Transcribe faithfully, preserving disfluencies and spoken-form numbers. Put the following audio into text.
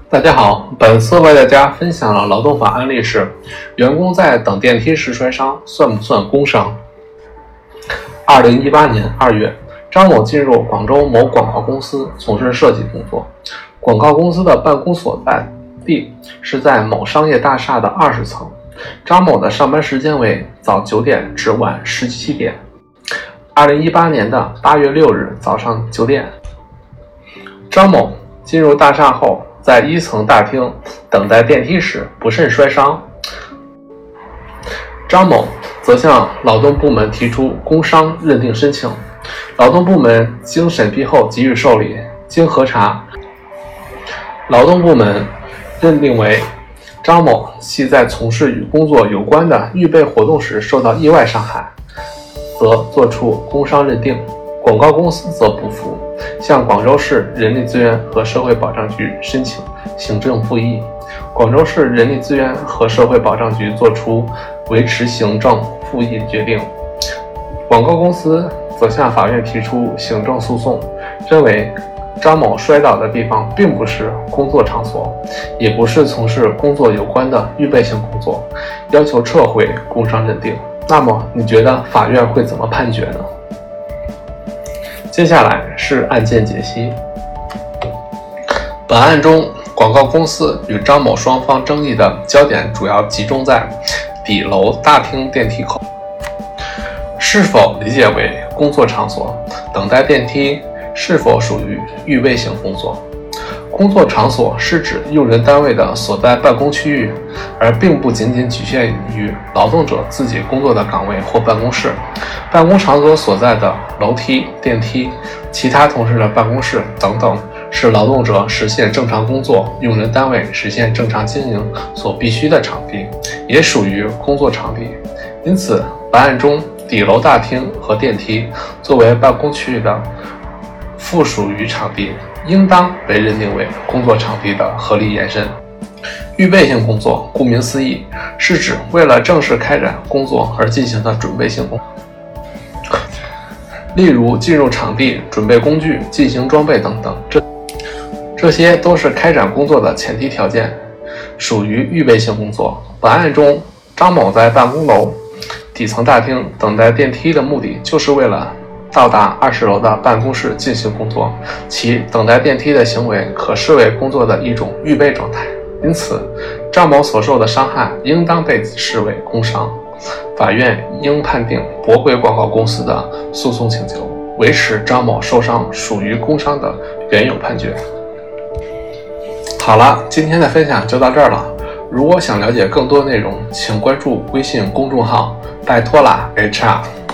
大家好，本次为大家分享了劳动法案例是：员工在等电梯时摔伤，算不算工伤？二零一八年二月，张某进入广州某广告公司从事设计工作。广告公司的办公所在地是在某商业大厦的二十层。张某的上班时间为早九点至晚十七点。二零一八年的八月六日早上九点，张某进入大厦后，在一层大厅等待电梯时不慎摔伤。张某则向劳动部门提出工伤认定申请，劳动部门经审批后给予受理。经核查，劳动部门认定为张某系在从事与工作有关的预备活动时受到意外伤害，则作出工伤认定。广告公司则不服，向广州市人力资源和社会保障局申请行政复议。广州市人力资源和社会保障局作出维持行政复议决定。广告公司则向法院提出行政诉讼，认为张某摔倒的地方并不是工作场所，也不是从事工作有关的预备性工作，要求撤回工伤认定。那么你觉得法院会怎么判决呢？接下来是案件解析。本案中，广告公司与张某双方争议的焦点主要集中在底楼大厅电梯口是否理解为工作场所，等待电梯是否属于预备性工作。工作场所是指用人单位的所在办公区域，而并不仅仅局限于劳动者自己工作的岗位或办公室。办公场所所在的楼梯、电梯、其他同事的办公室等等，是劳动者实现正常工作、用人单位实现正常经营所必须的场地，也属于工作场地。因此，本案中底楼大厅和电梯作为办公区域的附属于场地，应当被认定为工作场地的合理延伸。预备性工作顾名思义，是指为了正式开展工作而进行的准备性工作，例如进入场地、准备工具、进行装备等等，这这些都是开展工作的前提条件，属于预备性工作。本案中，张某在办公楼底层大厅等待电梯的目的，就是为了到达二十楼的办公室进行工作，其等待电梯的行为可视为工作的一种预备状态。因此，张某所受的伤害应当被视为工伤。法院应判定驳回广告公司的诉讼请求，维持张某受伤属于工伤的原有判决。好了，今天的分享就到这儿了。如果想了解更多内容，请关注微信公众号拜托啦 H R。